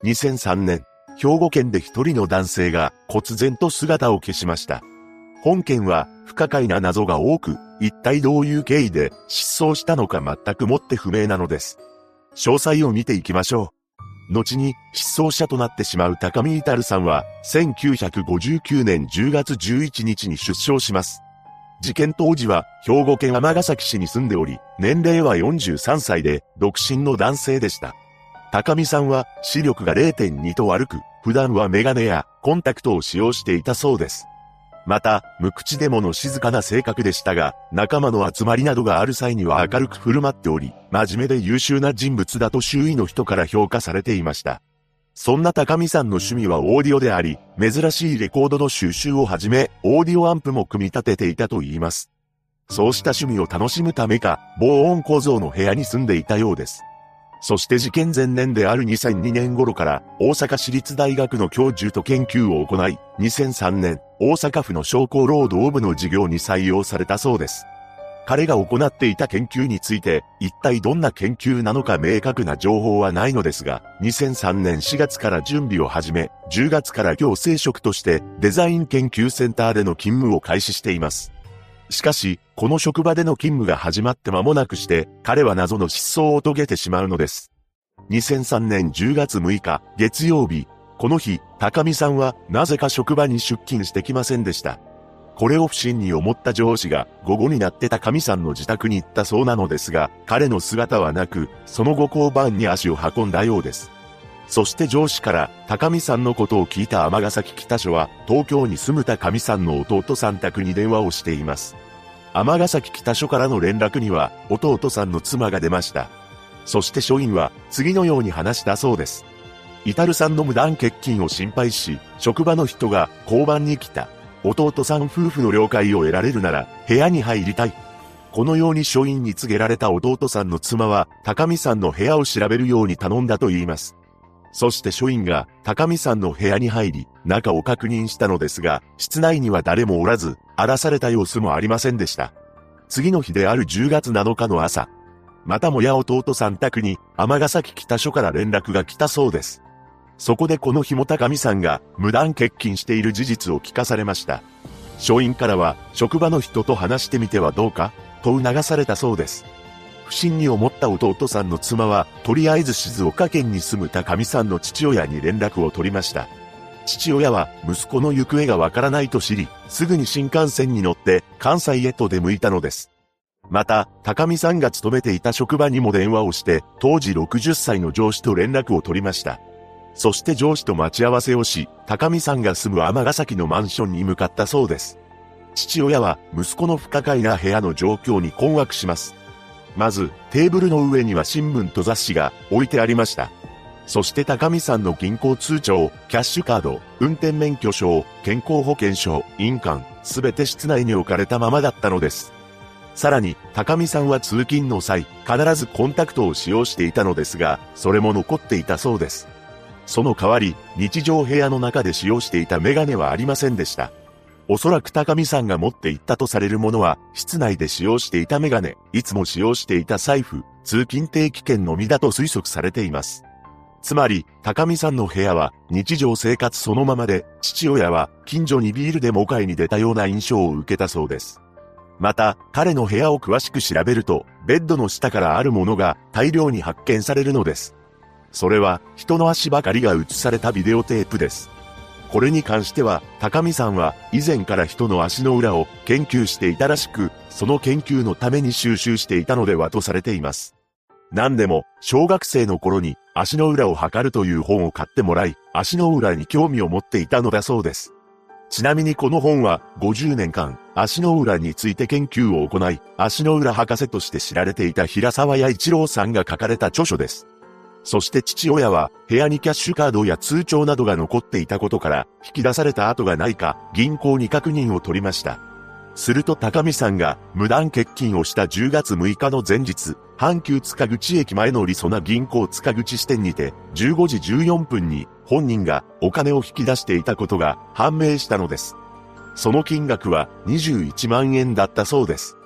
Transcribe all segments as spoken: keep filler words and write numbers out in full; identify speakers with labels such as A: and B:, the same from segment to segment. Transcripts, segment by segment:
A: にせんさんねん、兵庫県で一人の男性が忽然と姿を消しました。本件は不可解な謎が多く、一体どういう経緯で失踪したのか全くもって不明なのです。詳細を見ていきましょう。後に失踪者となってしまう高見至さんはせんきゅうひゃくごじゅうきゅうねんじゅうがつじゅういちにちに出生します。事件当時は兵庫県尼崎市に住んでおり、年齢はよんじゅうさんさいで独身の男性でした。高見さんは視力が れいてんに と悪く、普段はメガネやコンタクトを使用していたそうです。また、無口でもの静かな性格でしたが、仲間の集まりなどがある際には明るく振る舞っており、真面目で優秀な人物だと周囲の人から評価されていました。そんな高見さんの趣味はオーディオであり、珍しいレコードの収集をはじめ、オーディオアンプも組み立てていたと言います。そうした趣味を楽しむためか、防音構造の部屋に住んでいたようです。そして事件前年であるにせんにねん頃から大阪市立大学の教授と研究を行い、にせんさんねん大阪府の商工労働部の授業に採用されたそうです。彼が行っていた研究について、一体どんな研究なのか明確な情報はないのですが、にせんさんねんしがつから準備を始め、じゅうがつから行政職としてデザイン研究センターでの勤務を開始しています。しかし、この職場での勤務が始まって間もなくして、彼は謎の失踪を遂げてしまうのです。にせんさんねんじゅうがつむいか、月曜日。この日、高見さんはなぜか職場に出勤してきませんでした。これを不審に思った上司が午後になって高見さんの自宅に行ったそうなのですが、彼の姿はなく、その後交番に足を運んだようです。そして上司から高見さんのことを聞いた尼崎北署は東京に住む高見さんの弟さん宅に電話をしています。尼崎北署からの連絡には弟さんの妻が出ました。そして署員は次のように話したそうです。至さんの無断欠勤を心配し、職場の人が交番に来た。弟さん夫婦の了解を得られるなら部屋に入りたい。このように署員に告げられた弟さんの妻は高見さんの部屋を調べるように頼んだと言います。そして署員が高見さんの部屋に入り、中を確認したのですが、室内には誰もおらず、荒らされた様子もありませんでした。次の日であるじゅうがつなのかの朝、またもや弟さん宅に尼崎北署から連絡が来たそうです。そこでこの日も高見さんが無断欠勤している事実を聞かされました。署員からは、職場の人と話してみてはどうかと促されたそうです。不審に思った弟さんの妻は、とりあえず静岡県に住む高見さんの父親に連絡を取りました。父親は息子の行方がわからないと知り、すぐに新幹線に乗って関西へと出向いたのです。また、高見さんが勤めていた職場にも電話をして、当時ろくじゅっさいの上司と連絡を取りました。そして上司と待ち合わせをし、高見さんが住む尼崎のマンションに向かったそうです。父親は息子の不可解な部屋の状況に困惑します。まず、テーブルの上には新聞と雑誌が置いてありました。そして高見さんの銀行通帳、キャッシュカード、運転免許証、健康保険証、印鑑、すべて室内に置かれたままだったのです。さらに、高見さんは通勤の際、必ずコンタクトを使用していたのですが、それも残っていたそうです。その代わり、日常部屋の中で使用していたメガネはありませんでした。おそらく高見さんが持っていったとされるものは、室内で使用していたメガネ、いつも使用していた財布、通勤定期券のみだと推測されています。つまり、高見さんの部屋は日常生活そのままで、父親は近所にビールでも買いに出たような印象を受けたそうです。また、彼の部屋を詳しく調べると、ベッドの下からあるものが大量に発見されるのです。それは、人の足ばかりが映されたビデオテープです。これに関しては、高見さんは以前から人の足の裏を研究していたらしく、その研究のために収集していたのではとされています。何でも、小学生の頃に足の裏を測るという本を買ってもらい、足の裏に興味を持っていたのだそうです。ちなみにこの本はごじゅうねんかん足の裏について研究を行い、足の裏博士として知られていた平沢弥一郎さんが書かれた著書です。そして父親は部屋にキャッシュカードや通帳などが残っていたことから引き出された跡がないか銀行に確認を取りました。すると高見さんが無断欠勤をしたじゅうがつむいかの前日、阪急塚口駅前のりそな銀行塚口支店にてじゅうごじじゅうよんぷんに本人がお金を引き出していたことが判明したのです。その金額はにじゅういちまんえんだったそうです。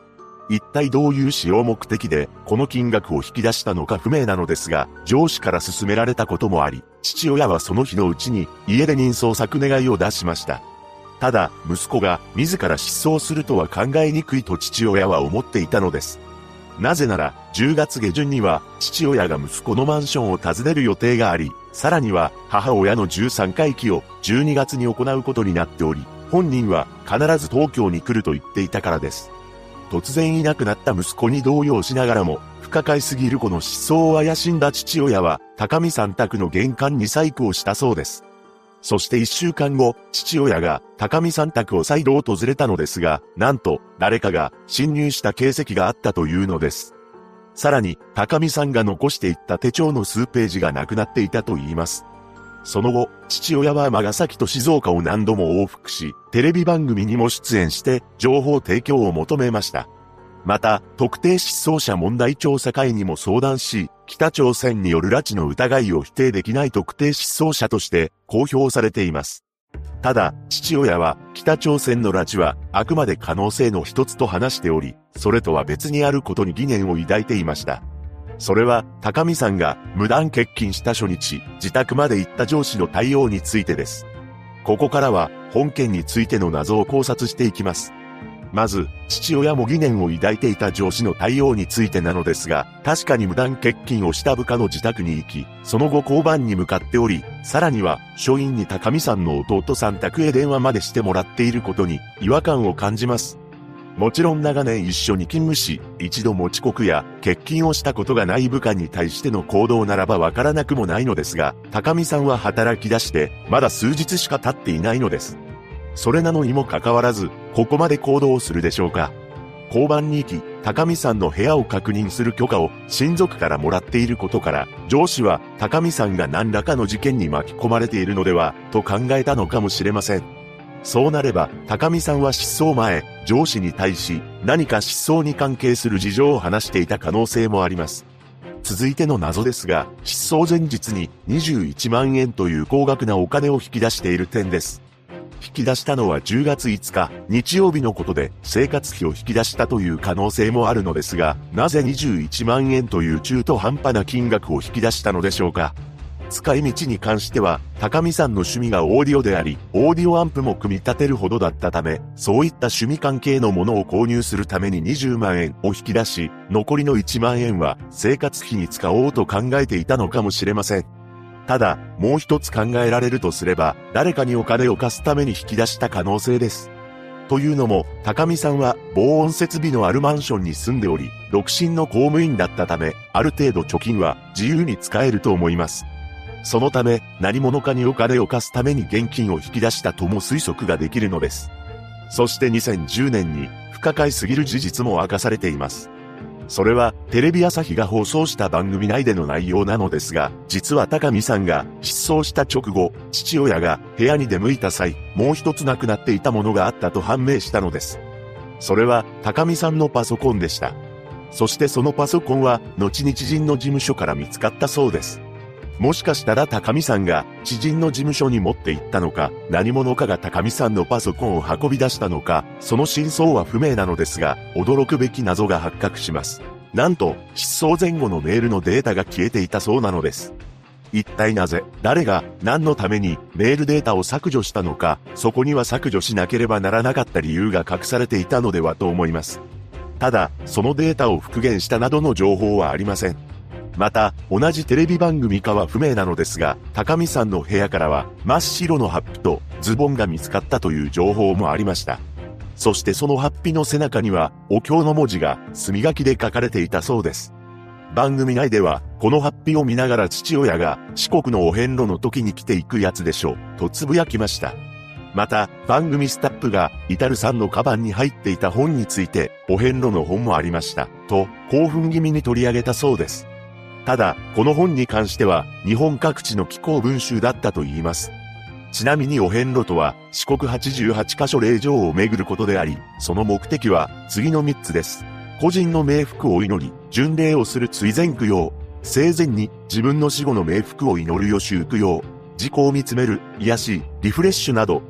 A: 一体どういう使用目的でこの金額を引き出したのか不明なのですが、上司から勧められたこともあり、父親はその日のうちに家で人相策願いを出しました。ただ、息子が自ら失踪するとは考えにくいと父親は思っていたのです。なぜなら、じゅうがつげじゅんには父親が息子のマンションを訪ねる予定があり、さらには母親のじゅうさんかい忌をじゅうにがつに行うことになっており、本人は必ず東京に来ると言っていたからです。突然いなくなった息子に動揺しながらも、不可解すぎるこの失踪を怪しんだ父親は、高見さん宅の玄関に細工をしたそうです。そして一週間後、父親が高見さん宅を再度訪れたのですが、なんと誰かが侵入した形跡があったというのです。さらに、高見さんが残していった手帳の数ページがなくなっていたと言います。その後、父親は尼崎と静岡を何度も往復し、テレビ番組にも出演して情報提供を求めました。また、特定失踪者問題調査会にも相談し、北朝鮮による拉致の疑いを否定できない特定失踪者として公表されています。ただ、父親は北朝鮮の拉致はあくまで可能性の一つと話しており、それとは別にあることに疑念を抱いていました。それは、高見さんが無断欠勤した初日、自宅まで行った上司の対応についてです。ここからは、本件についての謎を考察していきます。まず、父親も疑念を抱いていた上司の対応についてなのですが、確かに無断欠勤をした部下の自宅に行き、その後交番に向かっており、さらには、署員に高見さんの弟さん宅へ電話までしてもらっていることに違和感を感じます。もちろん長年一緒に勤務し、一度も遅刻や欠勤をしたことがない部下に対しての行動ならばわからなくもないのですが、高見さんは働き出してまだ数日しか経っていないのです。それなのにもかかわらず、ここまで行動するでしょうか。交番に行き、高見さんの部屋を確認する許可を親族からもらっていることから、上司は高見さんが何らかの事件に巻き込まれているのでは、と考えたのかもしれません。そうなれば、高見さんは失踪前、上司に対し、何か失踪に関係する事情を話していた可能性もあります。続いての謎ですが、失踪前日ににじゅういちまんえんという高額なお金を引き出している点です。引き出したのはじゅうがついつか、日曜日のことで、生活費を引き出したという可能性もあるのですが、なぜにじゅういちまんえんという中途半端な金額を引き出したのでしょうか。使い道に関しては、高見さんの趣味がオーディオであり、オーディオアンプも組み立てるほどだったため、そういった趣味関係のものを購入するためににじゅうまんえんを引き出し、残りのいちまんえんは生活費に使おうと考えていたのかもしれません。ただ、もう一つ考えられるとすれば、誰かにお金を貸すために引き出した可能性です。というのも、高見さんは防音設備のあるマンションに住んでおり、独身の公務員だったため、ある程度貯金は自由に使えると思います。そのため、何者かにお金を貸すために現金を引き出したとも推測ができるのです。そしてにせんじゅうねんに不可解すぎる事実も明かされています。それはテレビ朝日が放送した番組内での内容なのですが、実は高見さんが失踪した直後、父親が部屋に出向いた際、もう一つなくなっていたものがあったと判明したのです。それは高見さんのパソコンでした。そしてそのパソコンは後に知人の事務所から見つかったそうです。もしかしたら高見さんが知人の事務所に持って行ったのか、何者かが高見さんのパソコンを運び出したのか、その真相は不明なのですが、驚くべき謎が発覚します。なんと、失踪前後のメールのデータが消えていたそうなのです。一体なぜ、誰が、何のためにメールデータを削除したのか、そこには削除しなければならなかった理由が隠されていたのではと思います。ただ、そのデータを復元したなどの情報はありません。また、同じテレビ番組かは不明なのですが、高見さんの部屋からは真っ白のハッピとズボンが見つかったという情報もありました。そしてそのハッピの背中には、お経の文字が墨書きで書かれていたそうです。番組内では、このハッピを見ながら父親が四国のお遍路の時に着ていくやつでしょう、とつぶやきました。また、番組スタッフが、イタルさんのカバンに入っていた本について、お遍路の本もありました、と興奮気味に取り上げたそうです。ただ、この本に関しては、日本各地の紀行文集だったと言います。ちなみにお遍路とは、四国はちじゅうはちカ所霊場を巡ることであり、その目的は、次のみっつです。個人の冥福を祈り、巡礼をする追善供養。生前に、自分の死後の冥福を祈る予習供養。自己を見つめる、癒し、リフレッシュなど。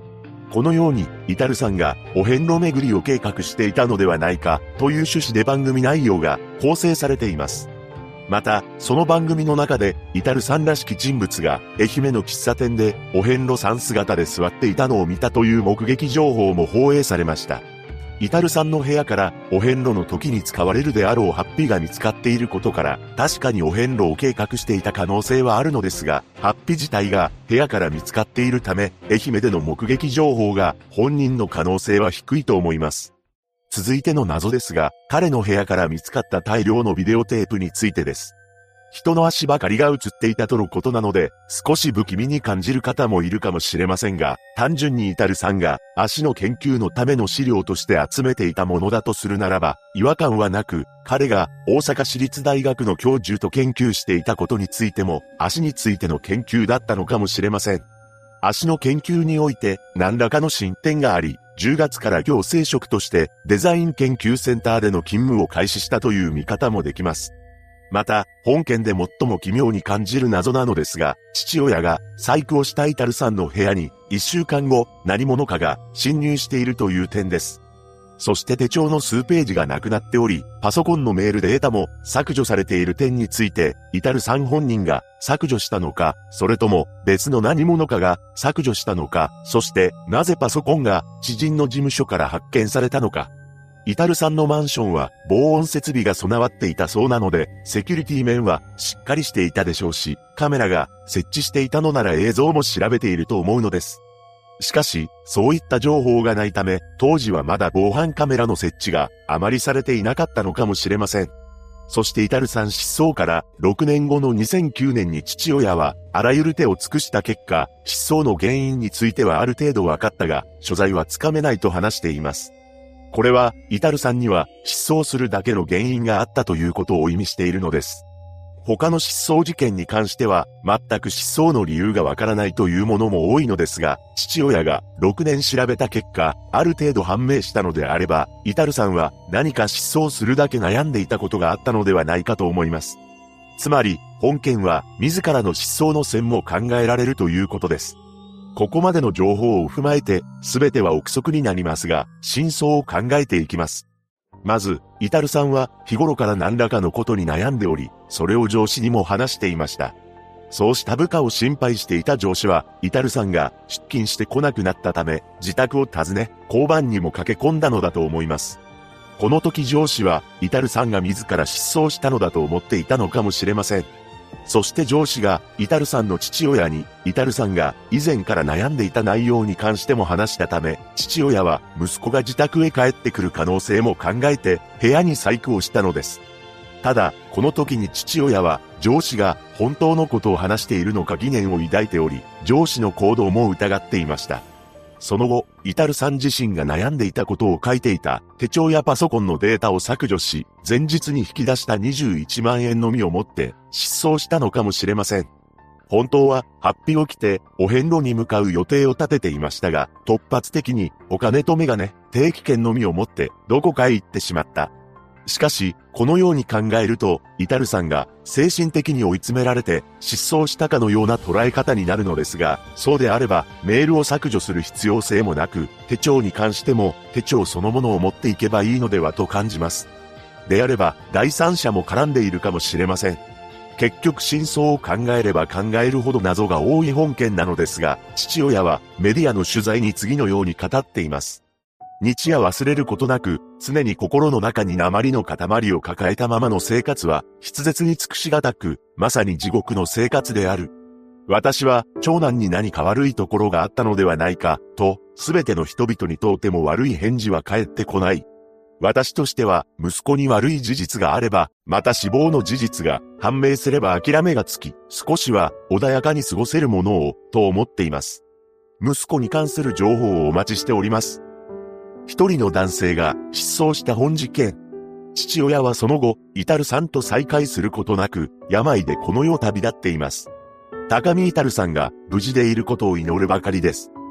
A: このように、イタルさんがお遍路巡りを計画していたのではないかという趣旨で番組内容が構成されています。また、その番組の中で、イタルさんらしき人物が愛媛の喫茶店でお遍路さん姿で座っていたのを見たという目撃情報も放映されました。イタルさんの部屋からお遍路の時に使われるであろうハッピが見つかっていることから、確かにお遍路を計画していた可能性はあるのですが、ハッピ自体が部屋から見つかっているため、愛媛での目撃情報が本人の可能性は低いと思います。続いての謎ですが、彼の部屋から見つかった大量のビデオテープについてです。人の足ばかりが映っていたとのことなので、少し不気味に感じる方もいるかもしれませんが、単純にイタルさんが足の研究のための資料として集めていたものだとするならば、違和感はなく、彼が大阪市立大学の教授と研究していたことについても、足についての研究だったのかもしれません。足の研究において何らかの進展があり、じゅうがつから行政職としてデザイン研究センターでの勤務を開始したという見方もできます。また、本件で最も奇妙に感じる謎なのですが、父親が細工をしたイタルさんの部屋に、いっしゅうかんご、何者かが侵入しているという点です。そして手帳の数ページがなくなっており、パソコンのメールデータも削除されている点について、イタルさん本人が削除したのか、それとも別の何者かが削除したのか、そしてなぜパソコンが知人の事務所から発見されたのか。イタルさんのマンションは防音設備が備わっていたそうなので、セキュリティ面はしっかりしていたでしょうし、カメラが設置していたのなら映像も調べていると思うのです。しかし、そういった情報がないため、当時はまだ防犯カメラの設置があまりされていなかったのかもしれません。そしてイタルさん失踪からろくねんごのにせんきゅうねんに父親はあらゆる手を尽くした結果、失踪の原因についてはある程度分かったが、所在はつかめないと話しています。これは、イタルさんには失踪するだけの原因があったということを意味しているのです。他の失踪事件に関しては、全く失踪の理由がわからないというものも多いのですが、父親がろくねん調べた結果、ある程度判明したのであれば、イタルさんは何か失踪するだけ悩んでいたことがあったのではないかと思います。つまり、本件は自らの失踪の線も考えられるということです。ここまでの情報を踏まえて、すべては憶測になりますが、真相を考えていきます。まず、イタルさんは日頃から何らかのことに悩んでおり、それを上司にも話していました。そうした部下を心配していた上司は、イタルさんが出勤してこなくなったため、自宅を訪ね、交番にも駆け込んだのだと思います。この時上司は、イタルさんが自ら失踪したのだと思っていたのかもしれません。そして上司が、イタルさんの父親に、イタルさんが以前から悩んでいた内容に関しても話したため、父親は息子が自宅へ帰ってくる可能性も考えて、部屋に細工をしたのです。ただ、この時に父親は、上司が本当のことを話しているのか疑念を抱いており、上司の行動も疑っていました。その後、イタルさん自身が悩んでいたことを書いていた手帳やパソコンのデータを削除し、前日に引き出したにじゅういちまんえんのみを持って失踪したのかもしれません。本当は、ハッピを着てお遍路に向かう予定を立てていましたが、突発的にお金とメガネ、定期券のみを持ってどこかへ行ってしまった。しかし、このように考えると、イタルさんが精神的に追い詰められて失踪したかのような捉え方になるのですが、そうであればメールを削除する必要性もなく、手帳に関しても手帳そのものを持っていけばいいのではと感じます。であれば、第三者も絡んでいるかもしれません。結局真相を考えれば考えるほど謎が多い本件なのですが、父親はメディアの取材に次のように語っています。日夜忘れることなく、常に心の中に鉛の塊を抱えたままの生活は、筆舌に尽くしがたく、まさに地獄の生活である。私は、長男に何か悪いところがあったのではないか、と、すべての人々にとっても悪い返事は返ってこない。私としては、息子に悪い事実があれば、また死亡の事実が判明すれば諦めがつき、少しは穏やかに過ごせるものを、と思っています。息子に関する情報をお待ちしております。一人の男性が失踪した本事件。父親はその後、イタルさんと再会することなく、病でこの世を旅立っています。高見イタルさんが無事でいることを祈るばかりです。